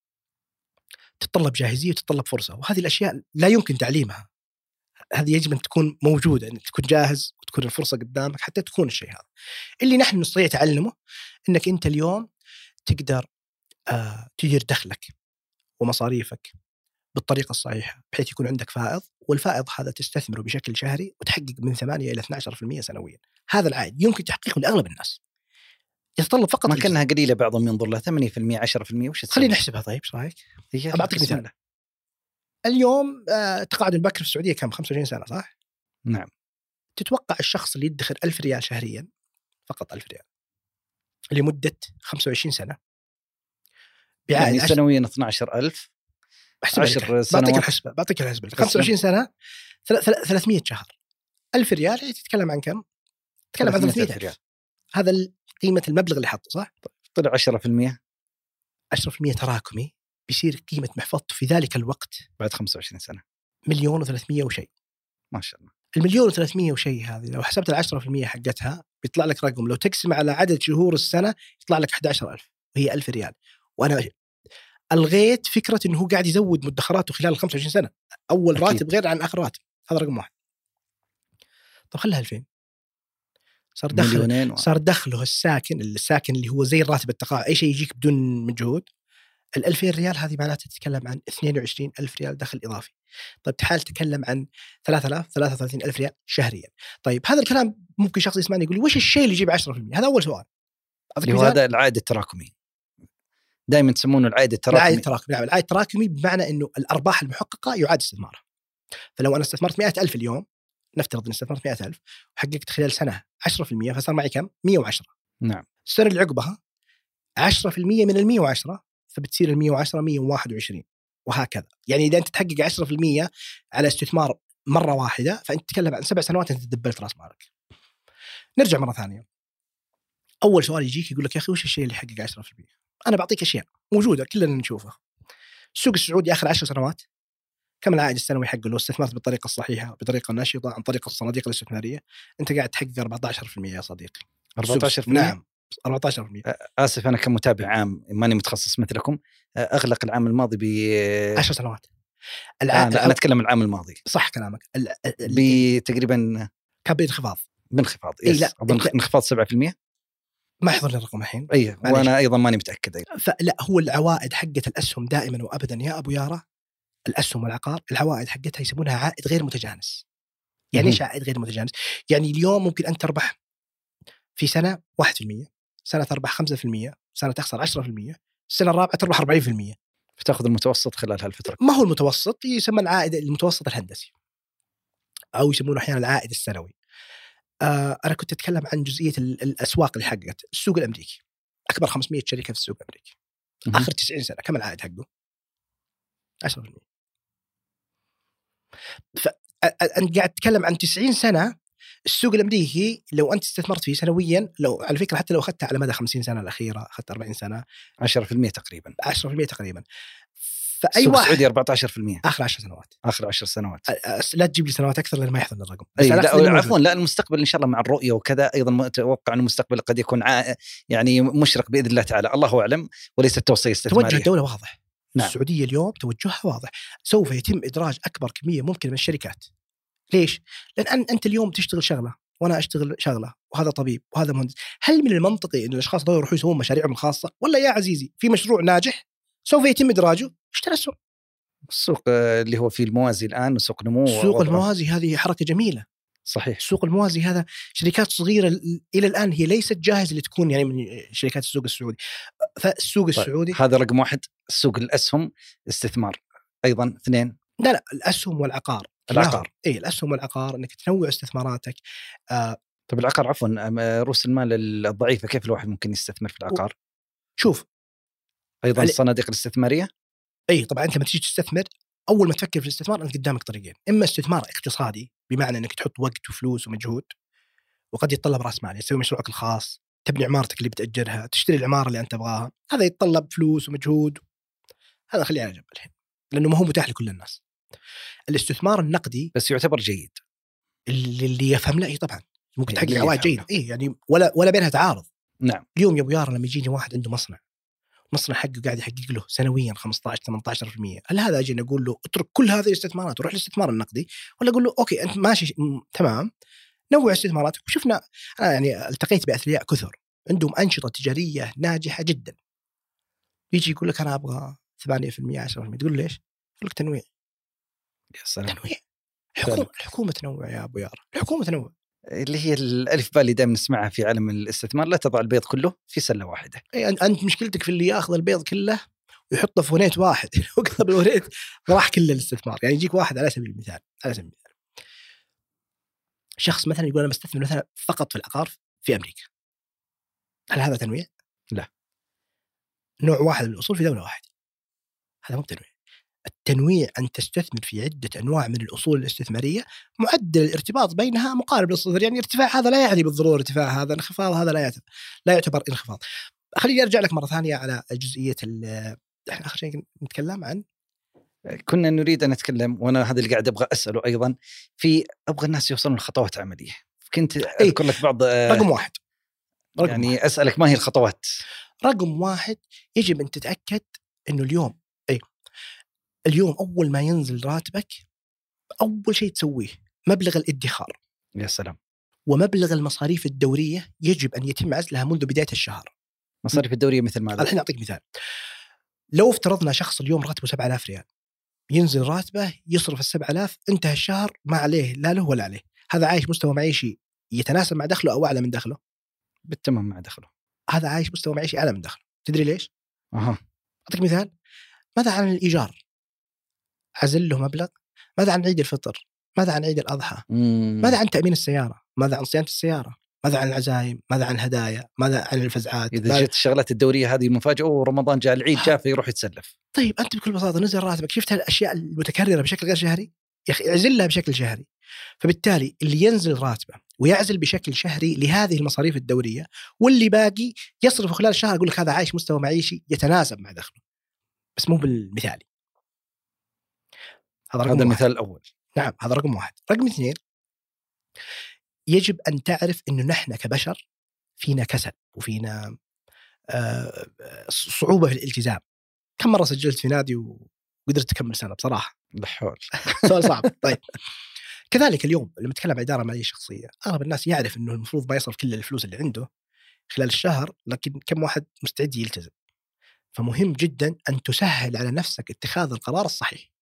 تتطلب جاهزيه وتتطلب فرصه، وهذه الاشياء لا يمكن تعليمها. هذه يجب أن تكون موجودة، أن تكون جاهز وتكون الفرصة قدامك حتى تكون الشيء هذا. اللي نحن نستطيع تعلمه أنك أنت اليوم تقدر آه تدير دخلك ومصاريفك بالطريقة الصحيحة بحيث يكون عندك فائض، والفائض هذا تستثمره بشكل شهري وتحقق من ثمانية إلى اثنا عشر بالمئة سنويا. هذا العائد يمكن تحقيقه لأغلب الناس، يتطلب فقط ما الجزء. كانها قليلة بعضهم ينظر لها ثمانية بالمئة عشرة بالمئة وش تسوي؟ خلينا نحسبها. طيب ايش رايك؟ بعطيك مثال. اليوم آه تقاعد البكر في السعودية كم؟ خمسة وعشرين سنة صح؟ نعم. تتوقع الشخص اللي يدخر ألف ريال شهريا، فقط ألف ريال لمدة خمسة وعشرين سنة يعني سنويا اثنا عشر ألف، عشر سنوات. بعطيك الحسبة بعطيك الحسبة خمسة وعشرين سنة ثلاثمئة شهر، ألف ريال يعني تتكلم عن كم؟ تتكلم عن ثلاثمئة ريال. هذا قيمة المبلغ اللي حطه صح؟ طلع عشرة بالمئة عشرة بالمئة تراكمي، بيصير قيمة محفظته في ذلك الوقت بعد خمسة وعشرين سنة مليون وثلاثمئة وشيء. ما شاء الله. المليون وثلاثمئة وشيء هذه لو حسبت العشرة في المئة حقتها بيطلع لك رقم، لو تقسم على عدد شهور السنة يطلع لك أحد عشر ألف، وهي ألف ريال. وأنا ألغيت فكرة إنه هو قاعد يزود مدخراته خلال خمسة وعشرين سنة، أول أكيد. راتب غير عن آخر راتب، هذا رقم واحد. طب خلها ألفين، صار دخل صار دخله الساكن الساكن اللي هو زي الراتب التقاعد، أي شيء يجيك بدون مجهود. الألفين ريال هذه معناتها تتكلم عن اثنين وعشرين ألف ريال دخل إضافي. طيب تعال تتكلم عن ثلاثة آلاف ثلاثة وثلاثين ألف ريال شهريا. طيب هذا الكلام ممكن شخص يسمعني يقول لي وش الشيء اللي يجيب عشرة بالمئة؟ هذا أول سؤال. وهذا العائد التراكمي، دائما تسمونه العائد التراكمي. العائد التراكمي نعم، العائد التراكمي بمعنى إنه الأرباح المحققة يعاد استثمارها. فلو أنا استثمرت مئة ألف اليوم، نفترض إن استثمرت مئة ألف وحققت خلال سنة عشرة بالمئة، فصار معي كم؟ مئة وعشرة. نعم. السنة اللي عقبها عشرة بالمئة من المئة وعشرة، فبتصير المئة وعشرة مئة وواحد وعشرين، وهكذا. يعني إذا أنت تحقق عشرة بالمئة على استثمار مرة واحدة، فأنت تتكلم عن سبع سنوات أنت تدبلت رأس مالك. نرجع مرة ثانية. أول سؤال يجيك يقول لك يا أخي وش الشيء اللي يحقق عشرة بالمئة؟ أنا بعطيك أشياء موجودة كلنا نشوفها. السوق السعودي آخر عشر سنوات كم العائد السنوي حقه لو استثمرت بالطريقة الصحيحة بطريقة نشطة عن طريق الصناديق الاستثمارية؟ أنت قاعد تحقق أربعة عشر بالمئة يا صديقي. أربعة عشر بالمئة؟ نعم أربعة عشر بالمئة. آسف أنا كمتابع عام ماني متخصص مثلكم، أغلق العام الماضي ب عشر سنوات. الع... أنا, أنا أتكلم العام الماضي. صح كلامك. ال... بتقريبا كان بانخفاض. بانخفاض. إيه لا انخفاض سبعة بالمئة. ما يحضرني الرقم الحين. أيه وأنا أيضا ماني متأكد. أيضا. فلا هو العوائد حقت الأسهم دائما وأبدا يا أبو يارا، الأسهم والعقار العوائد حقتها يسمونها عائد غير متجانس. يعني إيش عائد غير متجانس؟ يعني اليوم ممكن أن تربح في سنة واحد بالمئة، سنة تربح خمسة بالمئة، سنة تخسر عشرة بالمئة، السنة الرابعة تربح أربعين بالمئة. فتأخذ المتوسط خلال هالفترة. ما هو المتوسط، يسمى العائد المتوسط الهندسي أو يسمونه أحيانا العائد السنوي. آه أنا كنت أتكلم عن جزئية الأسواق اللي حققت. السوق الأمريكي أكبر خمسمئة شركة في السوق الأمريكي م- آخر تسعين سنة كم العائد حقه؟ عشرة بالمئة. فأنت قاعد تتكلم عن تسعين سنة. السوق الأمريكي لو أنت استثمرت فيه سنويا، لو على فكرة حتى لو أخذتها على مدى خمسين سنة الأخيرة، أخذت أربعين سنة، عشرة بالمئة تقريبا. عشرة بالمئة تقريبا. فأي واحد السعودي أربعة عشر بالمئة آخر عشر سنوات. آخر عشر سنوات. لا تجيب لي سنوات أكثر لأن ما يحضرني الرقم. أي لا عفوا لا المستقبل إن شاء الله مع الرؤية وكذا أيضا متوقع أن المستقبل قد يكون ع... يعني مشرق بإذن الله تعالى، الله أعلم، وليس توصية استثمارية. توجه الدولة واضح. نعم. السعودية اليوم توجهها واضح، سوف يتم إدراج أكبر كمية ممكن من الشركات. ليش؟ لأن أنت اليوم تشتغل شغلة وأنا أشتغل شغلة وهذا طبيب وهذا مهندس. هل من المنطقي أن الأشخاص دول يروحوا يسوون مشاريعهم الخاصة، ولا يا عزيزي في مشروع ناجح سوف يتم إدراجه اشتري السوق؟ السوق اللي هو في الموازي الآن وسوق نمو. السوق الموازي هذه حركة جميلة. صحيح. السوق الموازي هذا شركات صغيرة إلى الآن هي ليست جاهزة لتكون يعني من شركات السوق السعودي. فالسوق طيب. السعودي هذا رقم واحد. السوق الأسهم استثمار أيضا. اثنين لا لا الأسهم والعقار. العقار إيه الأسهم والعقار أنك تنوع استثماراتك. آه طيب العقار عفوا رؤوس المال الضعيفة كيف الواحد ممكن يستثمر في العقار؟ شوف أيضا الصناديق الاستثمارية. أي طبعا أنت لما تيجي تستثمر أول ما تفكر في الاستثمار أنت قدامك طريقين، إما استثمار اقتصادي بمعنى أنك تحط وقت وفلوس ومجهود وقد يتطلب رأس مال، تسوي مشروعك الخاص، تبني عمارتك اللي بتأجرها، تشتري العمارة اللي أنت تبغاها، هذا يتطلب فلوس ومجهود، هذا خليه على جنب الحين لأنه ما هو متاح لكل الناس. الاستثمار النقدي بس يعتبر جيد اللي, اللي يفهم لا طبعا ممكن تحقق عوائد جيدة. إيه يعني ولا ولا بينها تعارض. نعم. اليوم يا أبو يارا لما يجيني واحد عنده مصنع مصنع حقه قاعد يحقق له سنويا خمسة عشر ثمانية عشر بالمئة، هل هذا أجي نقول له اترك كل هذه الاستثمارات وروح للاستثمار النقدي، ولا أقول له أوكي أنت ماشي م- تمام نوع استثماراتك؟ وشفنا أنا يعني التقيت بأثرياء كثر عندهم أنشطة تجارية ناجحة جدا، يجي يقول لك أنا أبغى ثمانية بالمئة عشرة بالمئة، تقول له ليش؟ يقول لك تنويع. يا سلام. تنويع. الحكومة الحكومة تنوع يا أبو يارا، الحكومة تنوع. اللي هي الألف باء اللي دائما نسمعها في عالم الاستثمار، لا تضع البيض كله في سلة واحدة. أي أنت مشكلتك في اللي يأخذ البيض كله ويحطه في ونيت واحد، وقت الونيت راح كل الاستثمار. يعني يجيك واحد على سبيل المثال، على سبيل المثال شخص مثلا يقول أنا بستثمر مثلا فقط في العقار في أمريكا، هل هذا تنويع؟ لا. نوع واحد من الأصول في دولة واحدة، هذا مو تنويع. التنويع أن تستثمر في عدة أنواع من الأصول الاستثمارية معدل الارتباط بينها مقارب للصفر. يعني ارتفاع هذا لا يعني بالضرورة ارتفاع هذا، انخفاض هذا لا يعتبر لا يعتبر انخفاض. خليني أرجع لك مرة ثانية على جزئية احنا آخر شيء نتكلم عن، كنا نريد أن نتكلم، وأنا هذا اللي قاعد أبغى أسأله أيضا، في أبغى الناس يوصلون لخطوات عملية. كنت أذكر لك بعض رقم واحد رقم يعني واحد. أسألك ما هي الخطوات؟ رقم واحد، يجب أن تتأكد أنه اليوم أي اليوم أول ما ينزل راتبك أول شيء تسويه مبلغ الادخار. يا سلام. ومبلغ المصاريف الدورية يجب أن يتم عزلها منذ بداية الشهر. مصاريف الدورية مثل ماذا؟ الحين أعطيك مثال. لو افترضنا شخص اليوم راتبه سبعة آلاف ريال، ينزل راتبه يصرف السبعة آلاف، انتهى الشهر ما عليه لا له ولا عليه، هذا عايش مستوى معيشي يتناسب مع دخله أو أعلى من دخله؟ بالتمام مع دخله. هذا عايش مستوى معيشي أعلى من دخله. تدري ليش؟ أها. أعطيك مثال. ماذا عن الإيجار؟ عزل له مبلغ. ماذا عن عيد الفطر؟ ماذا عن عيد الأضحى؟ مم. ماذا عن تأمين السيارة؟ ماذا عن صيانة السيارة؟ ماذا عن العزايم؟ ماذا عن الهدايا؟ ماذا عن الفزعات؟ إذا جت الشغلات الدورية هذه مفاجأة، ورمضان جاء العيد جاء فيروح يتسلف. طيب أنت بكل بساطة نزل راتبك، شفت هالأشياء المتكررة بشكل غير شهري، يا أخي اعزلها بشكل شهري. فبالتالي اللي ينزل راتبه ويعزل بشكل شهري لهذه المصاريف الدورية، واللي باقي يصرف خلال الشهر، أقول لك هذا عايش مستوى معيشي يتناسب مع دخله، بس مو بالمثالي. هذا, هذا المثال الأول. نعم هذا رقم واحد. رقم اثنين، يجب أن تعرف أنه نحن كبشر فينا كسل وفينا صعوبة في الالتزام. كم مرة سجلت في نادي وقدرت تكمل سنة بصراحة؟ بحول. سؤال صعب. طيب كذلك اليوم لما نتكلم عن إدارة مالية شخصية، أغلب الناس يعرف أنه المفروض ما يصرف كل الفلوس اللي عنده خلال الشهر، لكن كم واحد مستعد يلتزم؟ فمهم جدا أن تسهل على نفسك اتخاذ القرار الصحيح.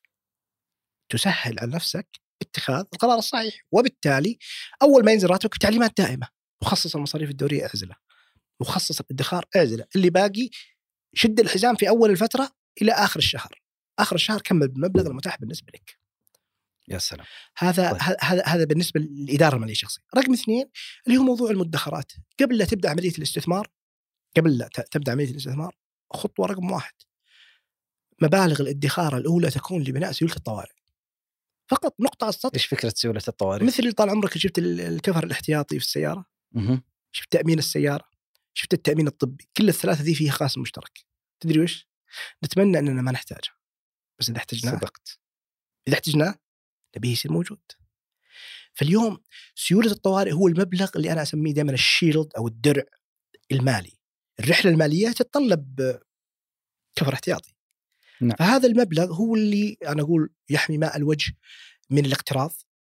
تسهل على نفسك اتخاذ القرار الصحيح. وبالتالي أول ما ينزل راتبك تعليمات دائمة: مخصص المصاريف الدورية اعزله، مخصص الادخار اعزله، اللي باقي شد الحزام في أول الفترة إلى آخر الشهر. آخر الشهر كمل بالمبلغ المتاح بالنسبة لك. يا سلام. هذا طيب. هذا هذا بالنسبة للإدارة المالية الشخصية. رقم اثنين اللي هو موضوع المدخرات. قبل لا تبدأ عملية الاستثمار، قبل لا تبدأ عملية الاستثمار، خطوة رقم واحد: مبالغ الادخار الأولى تكون لبناء سيولة الطوارئ. فقط نقطة على السطح. إيش فكرة سيولة الطوارئ؟ مثل طال عمرك شفت الكفر الاحتياطي في السيارة، مه. شفت تأمين السيارة، شفت التأمين الطبي، كل الثلاثة ذي فيها قاسم مشترك. تدري وش؟ نتمنى أننا ما نحتاجها، بس إذا احتجناه صدقت. إذا احتجناه نبيه يصير موجود. فاليوم سيولة الطوارئ هو المبلغ اللي أنا أسميه دائما الشيلد أو الدرع المالي. الرحلة المالية تتطلب كفر احتياطي. نعم. فهذا المبلغ هو اللي أنا أقول يحمي ماء الوجه من الاقتراض،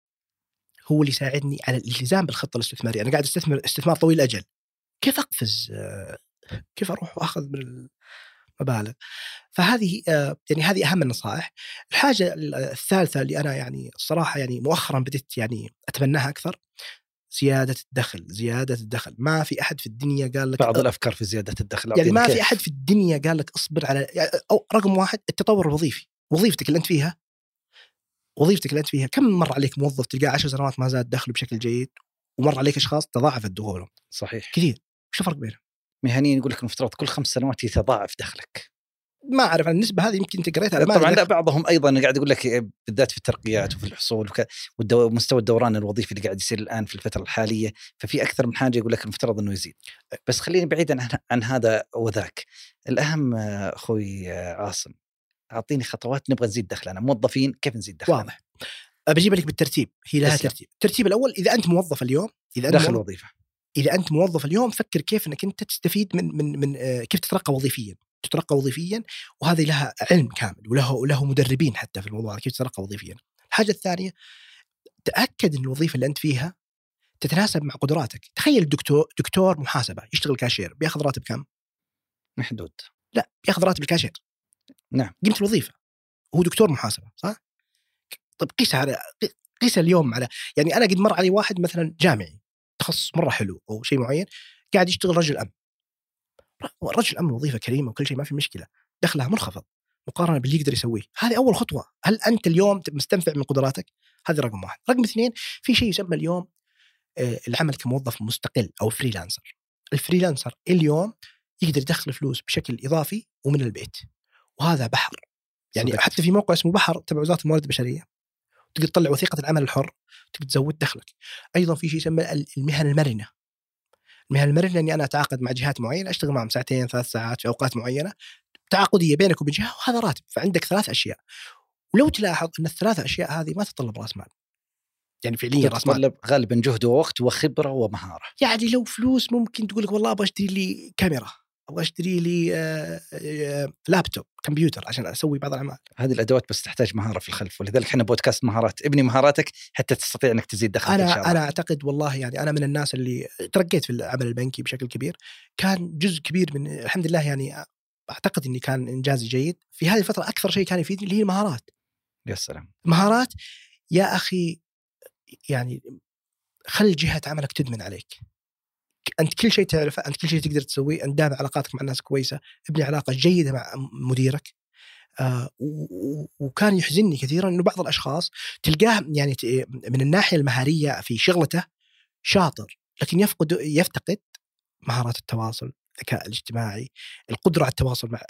هو اللي يساعدني على الالتزام بالخطة الاستثمارية. أنا قاعد استثمر استثمار طويل الأجل، كيف أقفز؟ كيف أروح وأخذ من المبالغ؟ فهذه يعني هذه أهم النصائح. الحاجة الثالثة اللي أنا يعني الصراحة يعني مؤخرا بديت يعني أتبناها أكثر: زيادة الدخل. زيادة الدخل. ما في أحد في الدنيا قال لك بعض الأفكار في زيادة الدخل، يعني ما كيف؟ في أحد في الدنيا قال لك أصبر على يعني أو رقم واحد التطور الوظيفي. وظيفتك اللي أنت فيها وظيفتك اللي أنت فيها كم مر عليك موظف تلقاه عشر سنوات ما زاد دخله بشكل جيد، ومر عليك أشخاص تضاعفت دخولهم؟ صحيح كثير. وش الفرق بينهم؟ مهنيين يقول لك المفترض كل خمس سنوات يتضاعف دخلك. ما أعرف النسبة هذه، يمكن أنت قريتها. طبعا لا، بعضهم أيضا قاعد يقول لك بالذات في الترقيات وفي الحصول ومستوى الدوران الوظيفي اللي قاعد يصير الآن في الفترة الحالية، ففي أكثر من حاجة يقول لك المفترض أنه يزيد. بس خليني بعيدا عن, عن هذا وذاك. الأهم أخوي عاصم، أعطيني خطوات نبغى نزيد دخلنا موظفين، كيف نزيد دخلنا؟ واضح. بجيب لك بالترتيب، هي لها أسلم. ترتيب. الترتيب الأول: إذا أنت موظف اليوم، إذا أنت دخل موظف وظيفة إذا أنت موظف اليوم، فكر كيف أنك أنت تستفيد من من من آه كيف تترقى وظيفيا. تترقى وظيفيا، وهذه لها علم كامل وله وله مدربين حتى في الموضوع كيف تترقى وظيفيا. الحاجة الثانية: تأكد أن الوظيفة اللي أنت فيها تتناسب مع قدراتك. تخيل دكتور دكتور محاسبة يشتغل كاشير، بياخذ راتب كم؟ محدود. لا، بياخذ راتب الكاشير. نعم. قيمة الوظيفة. هو دكتور محاسبه صح؟ طيب قيس على قيس اليوم على، يعني انا قد مر علي واحد مثلا جامعي تخصص مره حلو او شيء معين، قاعد يشتغل رجل امن. رجل امن وظيفه كريمه وكل شيء ما في مشكله، دخلها منخفض مقارنه باللي يقدر يسويه. هذه اول خطوه. هل انت اليوم مستنفع من قدراتك؟ هذا رقم واحد. رقم اثنين، في شيء يسمى اليوم العمل كموظف مستقل او فريلانسر. الفريلانسر اليوم يقدر يدخل فلوس بشكل اضافي ومن البيت، وهذا بحر. يعني صدقت. حتى في موقع اسمه بحر تبع وزاره الموارد البشريه تقدر تطلع وثيقه العمل الحر، تقدر تزود دخلك. ايضا في شيء يسمى المهن المرنه. المهن المرنه اني انا اتعاقد مع جهات معينه، اشتغل معهم ساعتين ثلاث ساعات في اوقات معينه تعاقديه بينك وبين جهه، وهذا راتب. فعندك ثلاث اشياء، ولو تلاحظ ان الثلاث اشياء هذه ما تتطلب راس مال، يعني فعليا راس مال تتطلب غالبا جهد ووقت وخبره ومهاره. يعني لو فلوس ممكن تقول لك والله ابغى اشتري لي كاميرا، ابغى اشتري لي آآ آآ لابتوب كمبيوتر عشان اسوي بعض الاعمال. هذه الادوات بس تحتاج مهاره في الخلف، ولذلك احنا بودكاست مهارات. ابني مهاراتك حتى تستطيع انك تزيد دخلك أنا ان شاء الله. انا اعتقد والله، يعني انا من الناس اللي ترقيت في العمل البنكي بشكل كبير، كان جزء كبير من الحمد لله، يعني اعتقد اني كان انجازي جيد في هذه الفتره. اكثر شيء كان يفيدني اللي هي المهارات. يا سلام. مهارات يا اخي، يعني خل جهه عملك تدمن عليك. أنت كل شيء تعرفه، أنت كل شيء تقدر تسويه، أنت دافع علاقاتك مع الناس كويسة، ابني علاقة جيدة مع مديرك. آه وكان يحزنني كثيرا إنه بعض الأشخاص تلقاه يعني من الناحية المهارية في شغلته شاطر، لكن يفقد يفتقد مهارات التواصل، الذكاء الاجتماعي، القدرة على التواصل مع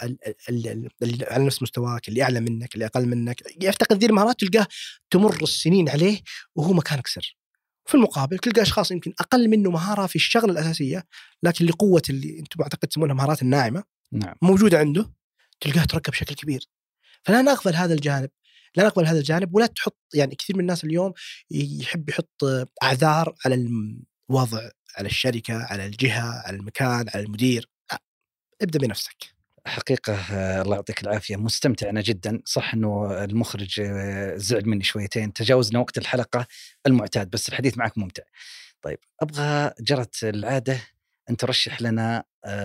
اللي على نفس مستواك، اللي أعلى منك، اللي أقل منك. يفتقد ذي المهارات، تلقاه تمر السنين عليه وهو مكانك سر. في المقابل تلقى أشخاص يمكن أقل منه مهارة في الشغل الأساسية، لكن لقوة اللي أنتم أعتقد تسمونها مهارات الناعمة نعم. موجودة عنده، تلقاه تركب بشكل كبير. فلا نقبل هذا الجانب، لا نقبل هذا الجانب. ولا تحط، يعني كثير من الناس اليوم يحب يحط أعذار على الوضع، على الشركة، على الجهة، على المكان، على المدير. ابدأ بنفسك. حقيقة الله يعطيك العافية، مستمتعنا جدا. صح أنه المخرج زعل مني شويتين، تجاوزنا وقت الحلقة المعتاد، بس الحديث معك ممتع. طيب أبغى جرت العادة أن ترشح لنا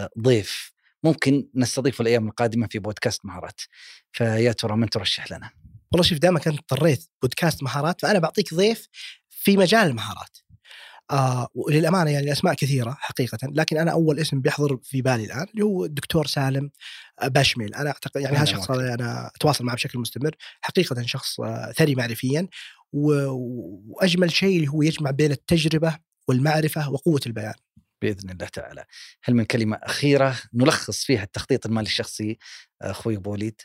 ضيف ممكن نستضيفه الأيام القادمة في بودكاست مهارات، فيا ترى من ترشح لنا؟ والله شوف، دائما كنت اضطريت بودكاست مهارات، فأنا بعطيك ضيف في مجال المهارات. آه وللأمانة يعني الأسماء كثيرة حقيقة، لكن أنا أول اسم بيحضر في بالي الآن اللي هو الدكتور سالم باشميل. أنا أعتقد يعني هذا شخص أنا أتواصل معه بشكل مستمر، حقيقة شخص ثري معرفيا، وأجمل شيء اللي هو يجمع بين التجربة والمعرفة وقوة البيان بإذن الله تعالى. هل من كلمة أخيرة نلخص فيها التخطيط المالي الشخصي أخوي أبو وليد؟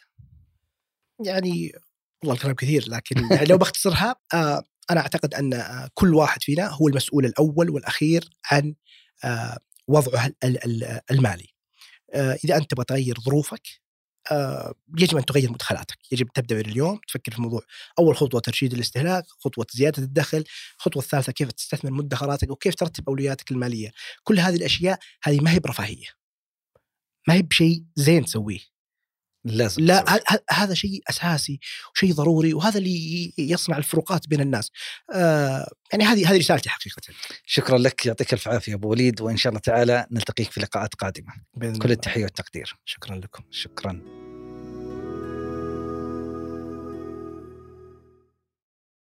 يعني والله الكلام كثير، لكن يعني لو بختصرها آه أنا أعتقد أن كل واحد فينا هو المسؤول الأول والأخير عن وضعه المالي. إذا أنت تبغى تغير ظروفك، يجب أن تغير مدخلاتك. يجب تبدأ من اليوم تفكر في الموضوع. أول خطوة ترشيد الاستهلاك، خطوة زيادة الدخل، خطوة الثالثة كيف تستثمر مدخراتك وكيف ترتب أولوياتك المالية. كل هذه الأشياء هذه ما هي برفاهية، ما هي بشيء زين تسويه، لازم لا ه- هذا شيء أساسي وشيء ضروري، وهذا اللي يصنع الفروقات بين الناس. آه يعني هذه هذه رسالتي حقيقة. شكرا لك، يعطيك الف عافية أبو وليد، وإن شاء الله تعالى نلتقيك في لقاءات قادمة. كل التحية والتقدير. شكرا لكم. شكرا.